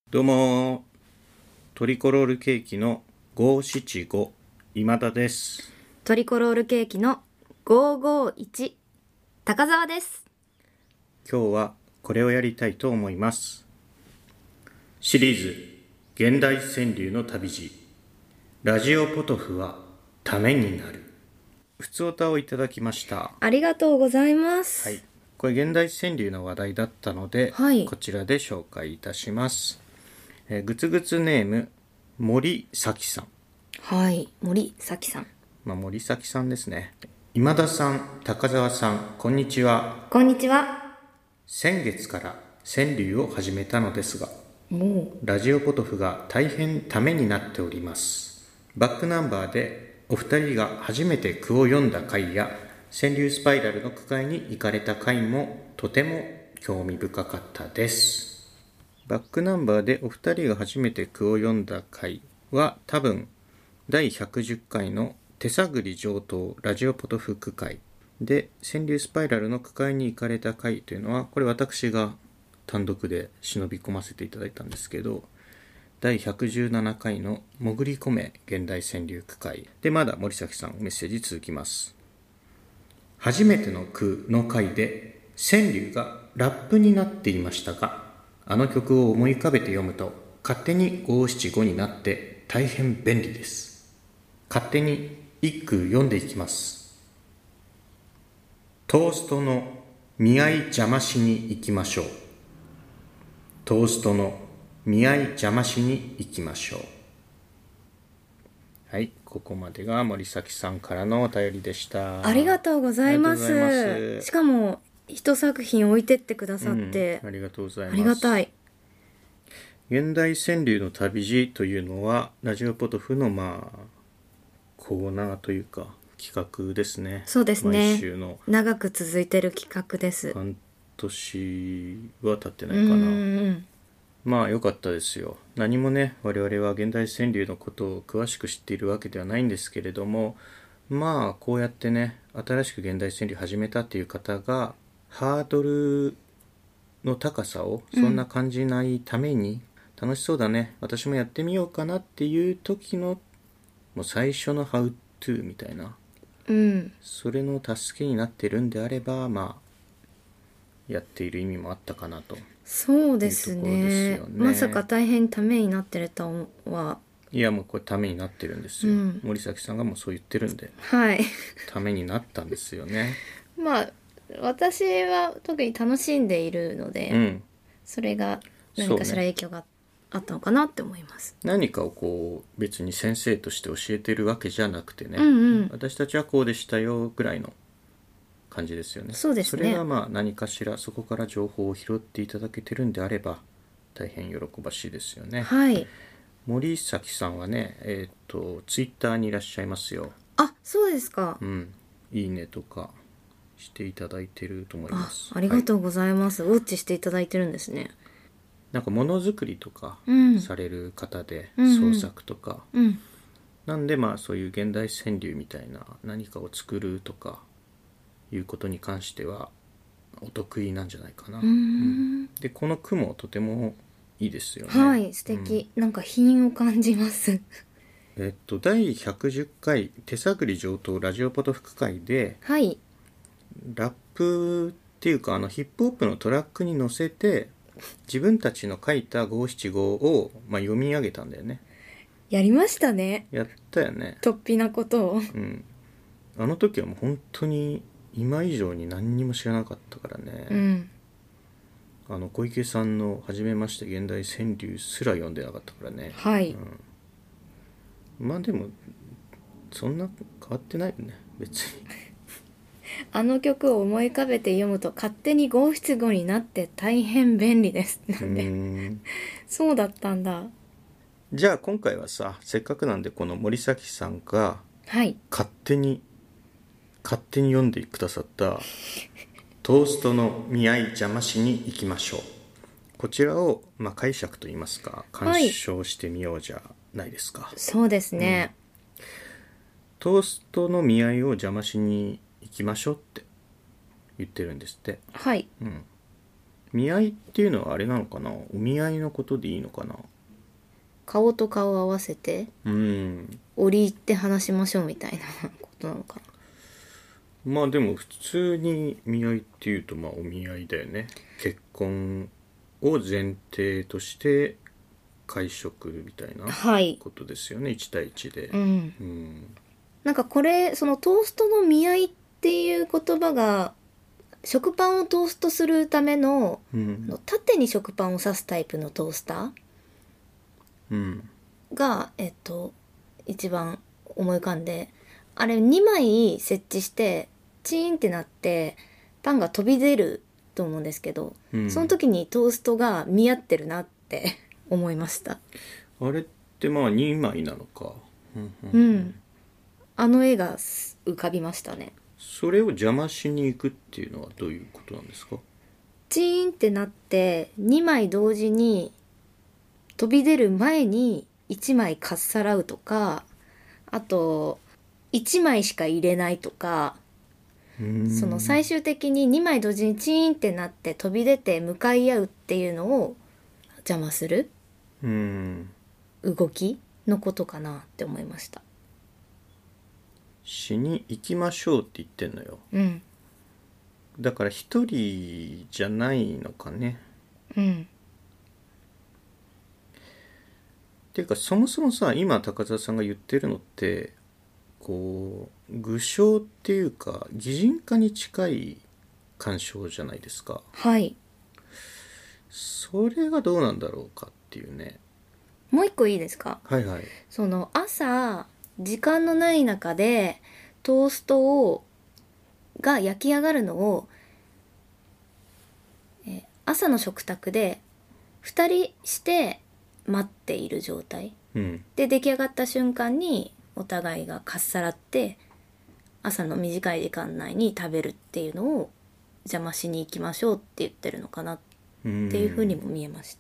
どうもトリコロールケーキの575今田です。 トリコロールケーキの551高澤です。 今日はこれをやりたいと思います。シリーズ現代川柳の旅路、ラジオポトフはためになる。ふつおたをいただきました。 ありがとうございます。 はい、これ現代川柳の話題だったので、 はい、 こちらで紹介いたします。ぐつぐつネーム森咲さん。 はい、森咲さん。 森咲さんですね。今田さん、高澤さん、こんにちは。 こんにちは。 先月から川柳を始めたのですが、 もラジオポトフが大変ためになっております。バックナンバーでお二人が初めて句を読んだ回や川柳スパイラルの句会に行かれた回もとても興味深かったです。バックナンバーでお二人が初めて句を読んだ回は多分第110回の手探り上等ラジオポトフ句会で、川柳スパイラルの句会に行かれた回というのは、これ私が単独で忍び込ませていただいたんですけど、第117回の潜り込め現代川柳句会で、まだ森崎さんメッセージ続きます。初めての句の回で川柳がラップになっていましたが、あの曲を思い浮かべて読むと勝手に575になって大変便利です。勝手に一句読んでいきます。トーストの見合い邪魔しに行きましょう。トーストの見合い邪魔しに行きましょう。はい、ここまでが森崎さんからのお便りでした。 ありがとうございます。 ありがとうございます。 しかも一作品置いてってくださって、 ありがとうございます。 ありがたい。 現代川柳の旅路というのはラジオポトフのコーナーというか企画ですね。 そうですね。 毎週の長く続いてる企画です。 半年は経ってないかな。良かったですよ。何もね、我々は現代川柳のことを詳しく知っているわけではないんですけれども、こうやってね、新しく現代川柳始めたっていう方がハードルの高さをそんな感じないために、楽しそうだね、私もやってみようかなっていう時のもう最初のハウトゥーみたいな、それの助けになってるんであれば、やっている意味もあったかなと。 そうですね。 いうところですよね。 まさか大変ためになってるとは。 いや、もうこれためになってるんですよ。森崎さんがもうそう言ってるんで、 はい。 ためになったんですよね。 私は特に楽しんでいるので、それが何かしら影響があったのかなって思います。 何かをこう別に先生として教えてるわけじゃなくてね、私たちはこうでしたよぐらいの感じですよね。 そうですね。 それが何かしらそこから情報を拾っていただけてるんであれば大変喜ばしいですよね。 はい。 森崎さんはね、ツイッターにいらっしゃいますよ。 あ、そうですか。 いいねとかしていただいてると思います。 ありがとうございます。ウォッチしていただいてるんですね。 なんかものづくりとかされる方で、創作とか、なんでそういう現代川柳みたいな何かを作るとかいうことに関してはお得意なんじゃないかな。でこの句もとてもいいですよね。 はい、素敵。なんか品を感じます。 第110回手探り上等ラジオポトフ句会で、 はい、 ラップっていうかヒップホップのトラックに乗せて自分たちの書いた575を、読み上げたんだよね。 やりましたね。 やったよね。 突飛なことを。 あの時はもう本当に今以上に何にも知らなかったからね。小池さんの初めまして現代川柳すら読んでなかったからね。 はい。 でもそんな変わってないよね、別に。 あの曲を思い浮かべて読むと勝手に五七五になって大変便利です。なんでそうだったんだ。 じゃあ今回はさ、せっかくなんでこの森崎さんが勝手に読んでくださったトーストの見合い邪魔しに行きましょう。こちらを解釈といいますか鑑賞してみようじゃないですか。 そうですね。 トーストの見合いを邪魔しに行きましょうって言ってるんですって。 はい。 見合いっていうのはあれなのかな、お見合いのことでいいのかな。 顔と顔を合わせてうん折り入って話しましょうみたいなことなのかな。 まあでも普通に見合いっていうとまあお見合いだよね。結婚を前提として会食みたいなはいことですよね、1対1で。 うんうんなんかこれそのトーストの見合いっていう言葉が食パンをトーストするためのうん縦に食パンを刺すタイプのトースタうんーが一番思い浮かんで、あれ2枚設置してチーンってなってパンが飛び出ると思うんですけど、 うんその時にトーストが見合ってるなって思いました。 あれってまあ2枚なのか。 うんあの絵が浮かびましたね。 それを邪魔しに行くっていうのはどういうことなんですか。 チーンってなって2枚同時に飛び出る前に1枚かっさらうとか、あと1枚しか入れないとか、その最終的に2枚同時にチーンってなって飛び出て向かい合うっていうのを邪魔する動きのことかなって思いました。 しに行きましょうって言ってんのよ。 うんだから一人じゃないのかね。 うんっていうかそもそもさ、今高澤さんが言ってるのってこう具象っていうか擬人化に近い鑑賞じゃないですか。 はいそれがどうなんだろうかっていうね。 もう一個いいですか。 はいはい。 その朝時間のない中でトーストが焼き上がるのを、朝の食卓で2人して待っている状態うんで出来上がった瞬間にお互いがかっさらって朝の短い時間内に食べるっていうのを邪魔しに行きましょうって言ってるのかなっていうふうにも見えました。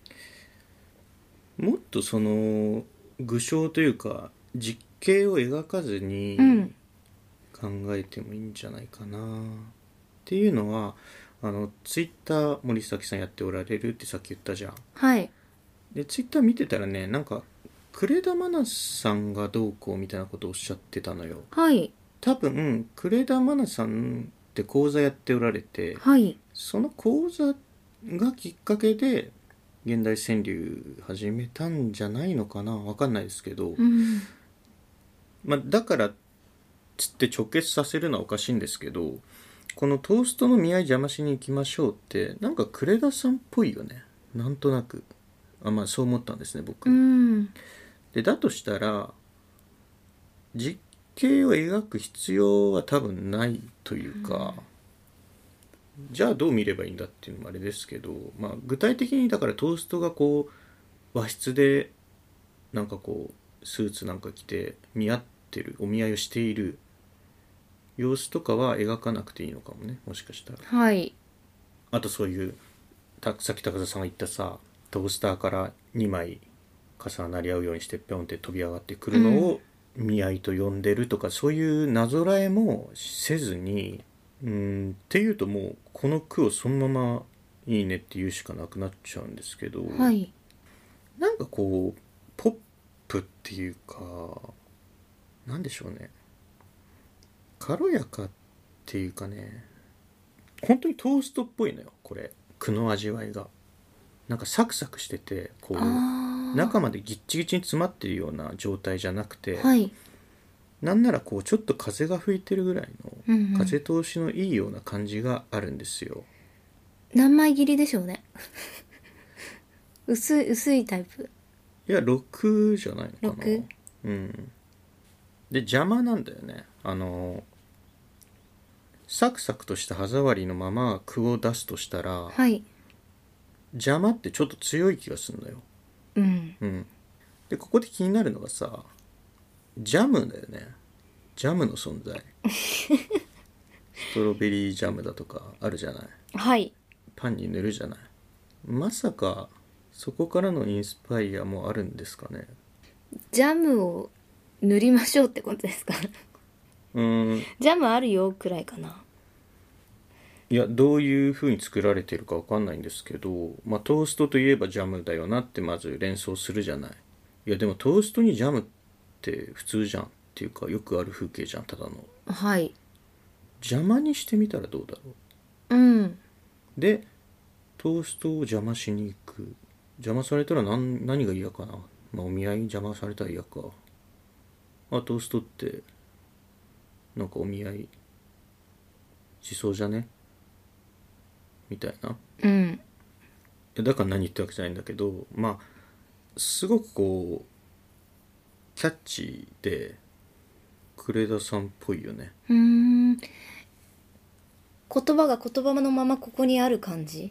もっとその具象というか実景を描かずにうん考えてもいいんじゃないかなっていうのは、ツイッター森崎さんやっておられるってさっき言ったじゃん。 はいでツイッター見てたらね、なんか呉田愛菜さんがどうこうみたいなことをおっしゃってたのよ。 はい多分呉田愛菜さんって講座やっておられて、 はいその講座がきっかけで現代川柳始めたんじゃないのかな、わかんないですけど、 うんまあ、だからつって直結させるのはおかしいんですけど、このトーストの見合い邪魔しに行きましょうってなんか呉田さんっぽいよね、なんとなく。まあそう思ったんですね僕。 うんでだとしたら実景を描く必要は多分ないというか、じゃあどう見ればいいんだっていうのもあれですけど、まあ具体的にだからトーストがこう和室でなんかこうスーツなんか着て見合ってる、お見合いをしている様子とかは描かなくていいのかもね、もしかしたら。 はいあとそういうさっき高田さんが言ったさ、トースターから2枚重なり合うようにしてピョンって飛び上がってくるのを見合いと呼んでるとか、そういうなぞらえもせずに、っていうともうこの句をそのままいいねって言うしかなくなっちゃうんですけど、 はいなんかこうポップっていうか、なんでしょうね、軽やかっていうかね、本当にトーストっぽいのよこれ。句の味わいがなんかサクサクしてて、こう中までギッチギチに詰まってるような状態じゃなくて、 はいなんならこうちょっと風が吹いてるぐらいうんうんの風通しのいいような感じがあるんですよ。 何枚切りでしょうね薄いタイプ。 いや6じゃないのかな。 6？ うんで邪魔なんだよね。サクサクとした歯触りのまま句を出すとしたら、 はい邪魔ってちょっと強い気がするのよ。 うんでここで気になるのがさ、ジャムだよね。ジャムの存在ストロベリージャムだとかあるじゃない。 はいパンに塗るじゃない。まさかそこからのインスパイアもあるんですかね。 ジャムを塗りましょうってことですかジャムあるよくらいかな。 いや、どういう風に作られてるかわかんないんですけど、まあトーストといえばジャムだよなってまず連想するじゃない。いやでもトーストにジャムって普通じゃんっていうか、よくある風景じゃん、ただの。 はい。 邪魔にしてみたらどうだろうん。 う。でトーストを邪魔しに行く。邪魔されたら何が嫌かな。まあお見合い邪魔されたら嫌か。あ、トーストってなんかお見合いしそうじゃねみたいな。 うん。 だから何言ってわけじゃないんだけど、まあすごくこうキャッチーで呉田さんっぽいよね。 うーん。言葉が言葉のままここにある感じ。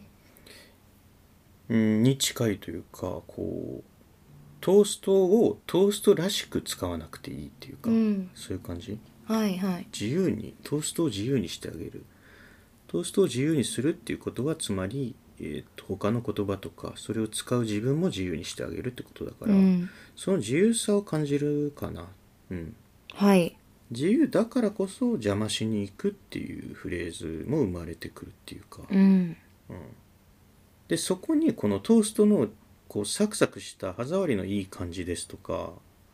に近いというか、こうトーストをトーストらしく使わなくていいっていうか、 うん。 そういう感じ。 はいはい。 自由にトーストを自由にしてあげる。トーストを自由にするっていうことはつまり、他の言葉とかそれを使う自分も自由にしてあげるってことだから、 うん。 その自由さを感じるかな。うん。 はい。 自由だからこそ邪魔しに行くっていうフレーズも生まれてくるっていうか、 うん。 でそこにこのトーストのこうサクサクした歯触りのいい感じですとか、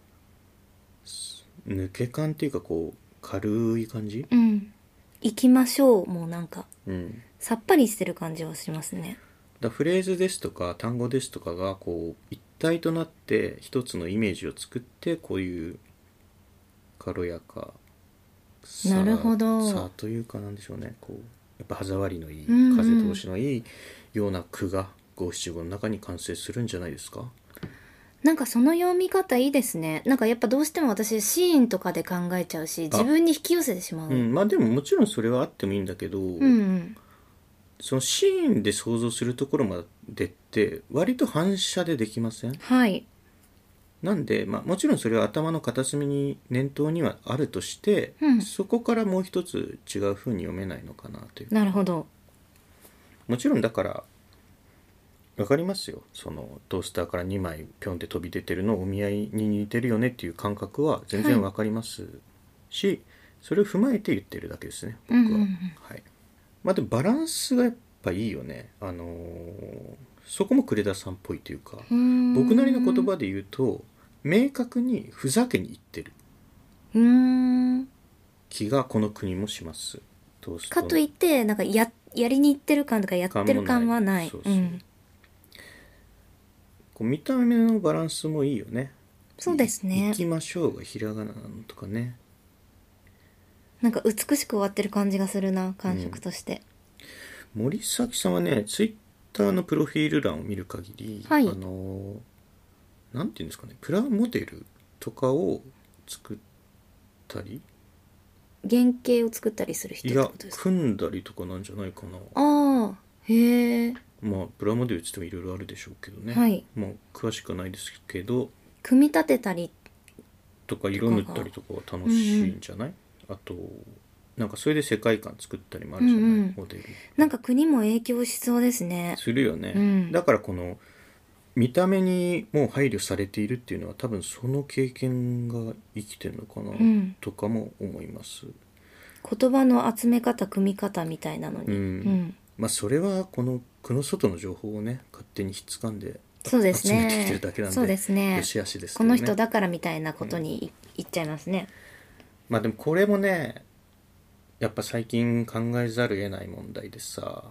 抜け感っていうかこう軽い感じ、 うん。行きましょう。もうなんか、 うん、 さっぱりしてる感じはしますね。 フレーズですとか単語ですとかがこう一体となって一つのイメージを作って、こういう軽やかさなるほど。 というかなんでしょうね、こうやっぱ歯触りのいい、 うんうん風通しのいいような句が五七五の中に完成するんじゃないですか。 なんかその読み方いいですね。なんかやっぱどうしても私シーンとかで考えちゃうし、自分に引き寄せてしまう。 まあでももちろんそれはあってもいいんだけど、 うんうん。 そのシーンで想像するところまでって割と反射でできません？ はい。 なんで、まあ、もちろんそれは頭の片隅に念頭にはあるとして、 うん。 そこからもう一つ違う風に読めないのかなという。 なるほど。 もちろんだから分かりますよ、そのトースターから2枚ピョンって飛び出てるのお見合いに似てるよねっていう感覚は全然分かりますし、それを踏まえて言ってるだけですね、僕は。 うんうんうん。 はい。まあでもバランスがやっぱいいよね。そこも呉田さんっぽいというか、僕なりの言葉で言うと明確にふざけに言ってる気がこの国もします。トーストかといってなんかやりに行ってる感とかやってる感はない。 そうそう、こう見た目のバランスもいいよね。 そうですね。 行きましょうがひらがななのとかね。 なんか美しく終わってる感じがするな、感触として、 森崎さんはね、ツイッターのプロフィール欄を見る限り、 はい、 なんていうんですかね、プラモデルとかを作ったり、 原型を作ったりする人ってことですか？ 組んだりとかなんじゃないかな。 ああ、へえ。 まあプラモデルって言ってもいろいろあるでしょうけどね、 はい、 まあ詳しくはないですけど、 組み立てたりとか色塗ったりとかは楽しいんじゃない？あとなんかそれで世界観作ったりもあるじゃない、モデル。 なんか国も影響しそうですね。 するよね、だからこの見た目にもう配慮されているっていうのは多分その経験が生きてるのかな、とかも思います。 言葉の集め方組み方みたいなのに、 まあそれはこの句の外の情報をね勝手にひっつかんでそうですね、 集めてきてるだけなんで、 そうですね、 よしあしですけこどね。 の人だからみたいなことに言っちゃいますね。 まあでもこれもねやっぱ最近考えざるを得ない問題でさ、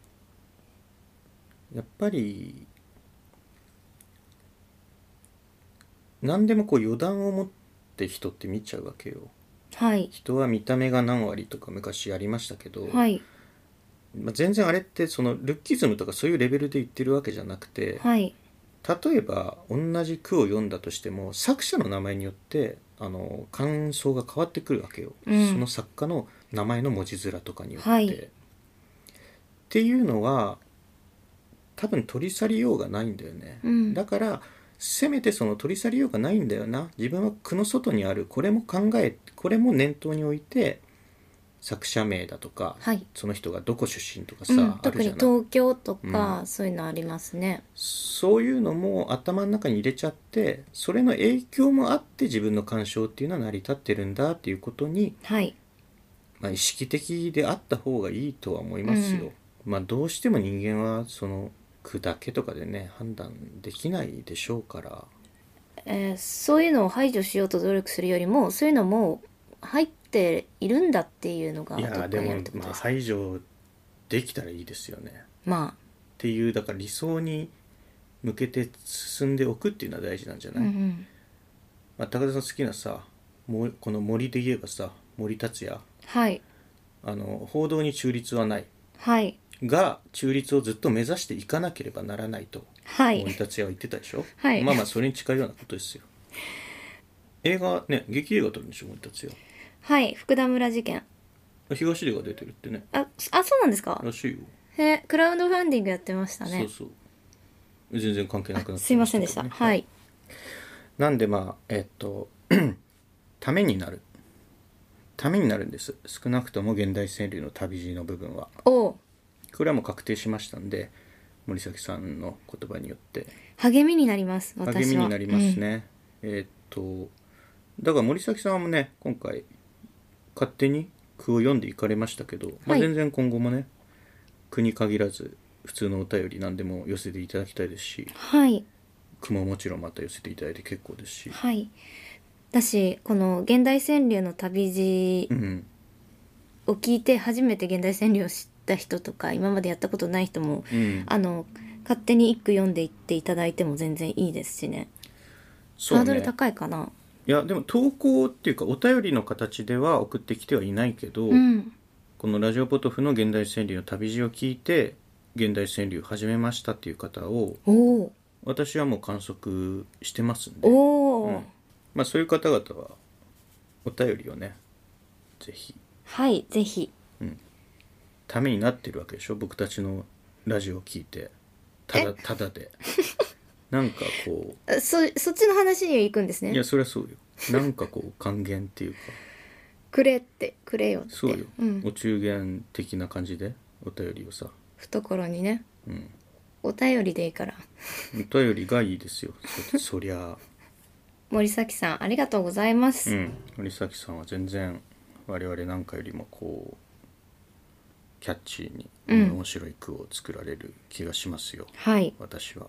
やっぱり何でもこう予断を持って人って見ちゃうわけよ。 はい。 人は見た目が何割とか昔やりましたけど、 はい。 まあ、全然あれってそのルッキズムとかそういうレベルで言ってるわけじゃなくて、 はい。 例えば同じ句を読んだとしても作者の名前によって感想が変わってくるわけよ、その作家の名前の文字面とかによって、っていうのは多分取り去りようがないんだよね、だからせめてその取り去りようがないんだよな、自分は句の外にあるこれもこれも念頭に置いて作者名だとか、その人がどこ出身とかさ、あるじゃない。 特に東京とか、そういうのありますね。 そういうのも頭の中に入れちゃって、それの影響もあって自分の鑑賞っていうのは成り立ってるんだっていうことに意識的であった方がいいとは思いますよ、どうしても人間はその句だけとかでね判断できないでしょうから。 そういうのを排除しようと努力するよりも、そういうのも入っているんだっていうのがいやでもどっかにあるってことですか。 排除できたらいいですよねっまていう、だから理想に向けて進んでおくっていうのは大事なんじゃあ、 ない？高田さん好きなさ、この森で言えばさ、森達也、 はい。 報道に中立はないはい。 が中立をずっと目指していかなければならないとはい森達也は言ってたでしょ。 はい。 それに近いようなことですよ。劇映画撮るんでしょ森達也。 はい。福田村事件。 東出が出てるってね。 そうなんですからしいよ。 クラウドファンディングやってましたね。 そう全然関係なくなってすいませんでした。 けどね。 はい。 なんでためになるんです。少なくとも現代川柳の旅路の部分は。 おう。 これはもう確定しましたんで、森崎さんの言葉によって励みになります、私は。 励みになりますね、だから森崎さんもね今回勝手に句を読んでいかれましたけど、全然今後もね句に限らず普通のお便り何でも寄せていただきたいですし、 はい。 句ももちろんまた寄せていただいて結構ですし、 はい。だし、この現代川柳の旅路を聞いて初めて現代川柳を知った人とか、今までやったことない人も、勝手に一句読んでいっていただいても全然いいですしね。 そうね、 ハードル高いかな。 いやでも投稿っていうかお便りの形では送ってきてはいないけど、このラジオポトフの現代川柳の旅路を聞いて現代川柳を始めましたっていう方を私はもう観測してますんで、そういう方々はお便りをねぜひ。 はい、ぜひ。 ためになってるわけでしょ、僕たちのラジオを聞いてただでなんかこうそっちの話に行くんですね。 いやそりゃそうよ。なんかこう還元っていうかくれよって。 そうよ、お中元的な感じでお便りをさ、 懐にね、お便りでいいから。 お便りがいいですよ。そりゃ森崎さんありがとうございます。 森崎さんは全然我々なんかよりもこうキャッチーに面白い句を作られる気がしますよ、私は。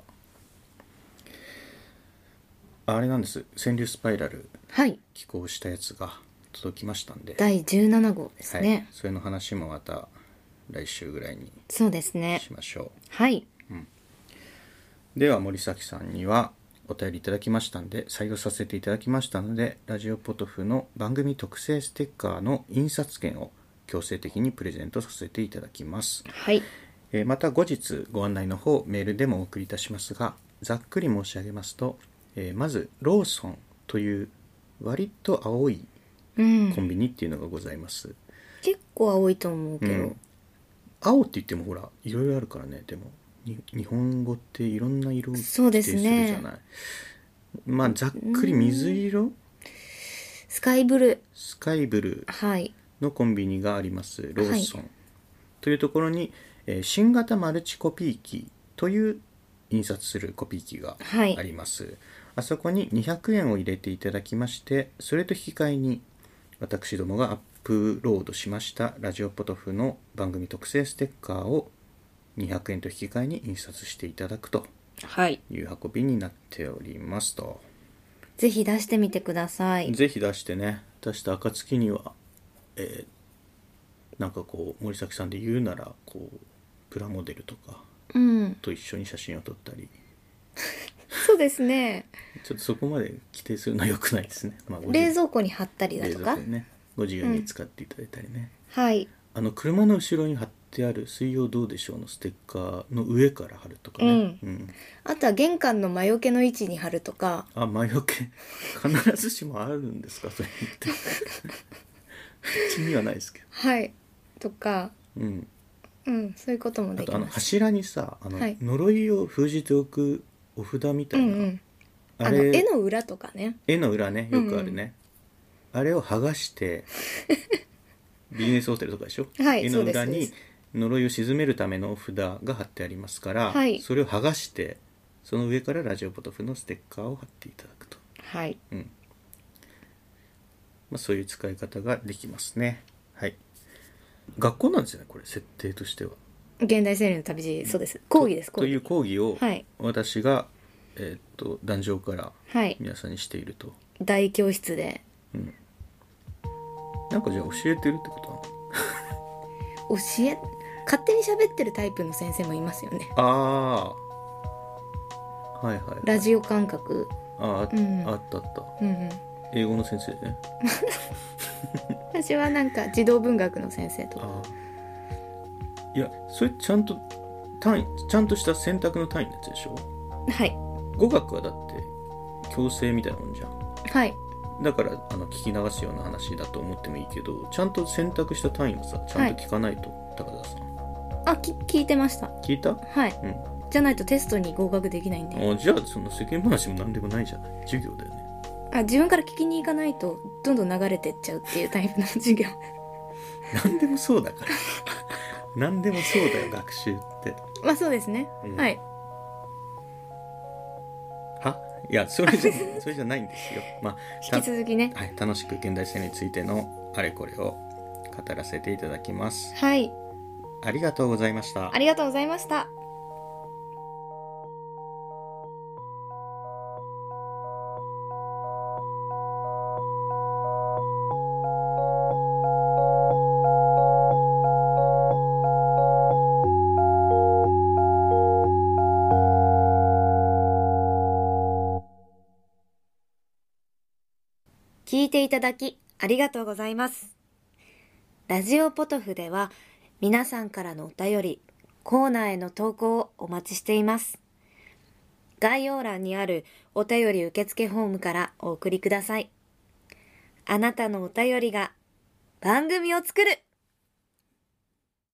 あれなんです、川柳スパイラル寄稿したやつが届きましたんで、 第17号ですね、 それの話もまた来週ぐらいにそうですねしましょう。 では森崎さんにはお便りいただきましたんで採用させていただきましたので、ラジオポトフの番組特製ステッカーの印刷券を強制的にプレゼントさせていただきます。また後日ご案内の方メールでもお送りいたしますが、ざっくり申し上げますと、まずローソンという割と青いコンビニっていうのがございます、 結構青いと思うけど、 青って言ってもほらいろいろあるからね。でも日本語っていろんな色を指定するじゃない、ざっくり水色、 スカイブルーのコンビニがあります、ローソン、というところに、新型マルチコピー機という印刷するコピー機があります、あそこに200円を入れていただきまして、それと引き換えに私どもがアップロードしましたラジオポトフの番組特製ステッカーを200円と引き換えに印刷していただくという運びになっておりますと、 ぜひ出してみてください。 ぜひ出してね、出した暁には、なんかこう森崎さんで言うならこうプラモデルとかと一緒に写真を撮ったり、 そうですね。 ちょっとそこまで規定するのは良くないですね、 冷蔵庫に貼ったりだとか、 冷蔵庫にねご自由に使っていただいたりね、車の後ろに貼ってある水曜どうでしょうのステッカーの上から貼るとかね、 あとは玄関の魔除けの位置に貼るとか。 魔除け必ずしもあるんですかそれってうちにはないですけど、 とか、そういうこともできます。 あと柱にさ呪いを封じておくお札みたいな、 あれ絵の裏とかね、 絵の裏ね、よくあるね、あれを剥がしてビジネスホテルとかでしょ、絵の裏に呪いを鎮めるためのお札が貼ってありますから、それを剥がしてその上からラジオポトフのステッカーを貼っていただくと、そういう使い方ができますね。 学校なんですよねこれ設定としては。 現代生理の旅路、そうです。講義です、講義。 という講義をはい。 私が、壇上からはい。 皆さんにしていると、 大教室で。 なんかじゃあ教えてるってこと勝手に喋ってるタイプの先生もいますよね。 なの？ああ、はいはい、はい、 ラジオ感覚。 ああ、 うんあったあった。 うんうん。 英語の先生ね。 私はなんか児童文学の先生とか。 ああ、いやそれちゃんとちゃんとした選択の単位のやつでしょ。 はい。 語学はだって強制みたいなもんじゃん。 はい。 だから聞き流すような話だと思ってもいいけど、ちゃんと選択した単位はさちゃんと聞かないと、高田さん。 聞いてました。 聞いた？ はい。じゃないとテストに合格できないんで。 じゃあその世間話も何でもないじゃない。授業だよね。 自分から聞きに行かないとどんどん流れてっちゃうっていうタイプの授業。 何でもそうだから何でもそうだよ学習って。 まあそうですね、はい。 いやそれじゃないんですよ。まあ引き続きね、 はい、楽しく現代性についてのあれこれを語らせていただきます。 はい。 ありがとうございました。 ありがとうございました。聞いていただきありがとうございます。ラジオポトフでは皆さんからのお便り、コーナーへの投稿をお待ちしています。概要欄にあるお便り受付フォームからお送りください。あなたのお便りが番組を作る